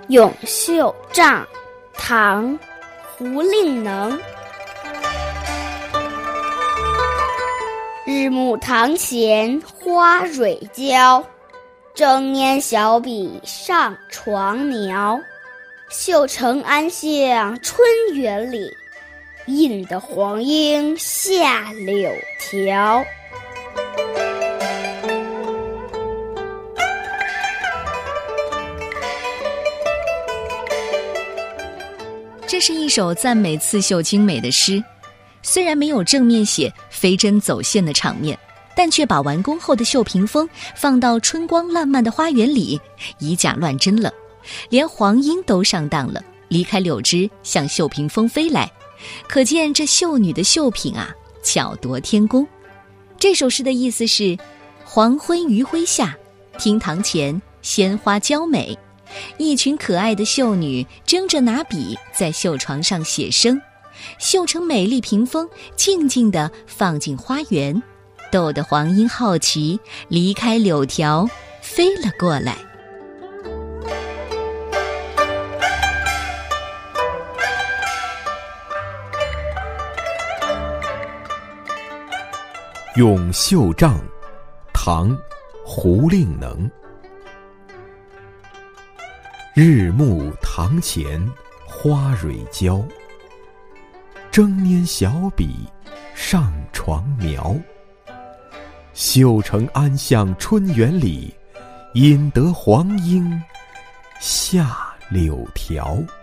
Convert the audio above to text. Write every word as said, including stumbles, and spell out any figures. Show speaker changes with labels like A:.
A: 咏袖帐，唐·胡令能。日暮堂前花蕊娇，正拈小笔上床描。绣成安巷春园里，映得黄莺下柳条。
B: 这是一首赞美刺绣精美的诗，虽然没有正面写飞针走线的场面，但却把完工后的绣屏风放到春光烂漫的花园里，以假乱真了，连黄莺都上当了，离开柳枝向绣屏风飞来，可见这绣女的绣品啊，巧夺天工。这首诗的意思是：黄昏余晖下，厅堂前鲜花娇美，一群可爱的绣女争着拿笔在绣床上写生，绣成美丽屏风，静静地放进花园，逗得黄莺好奇，离开柳条飞了过来。
C: 咏袖帐，唐·胡令能。日暮堂前花蕊娇，正拈小笔上床描。绣成安巷春园里，引得黄莺下柳条。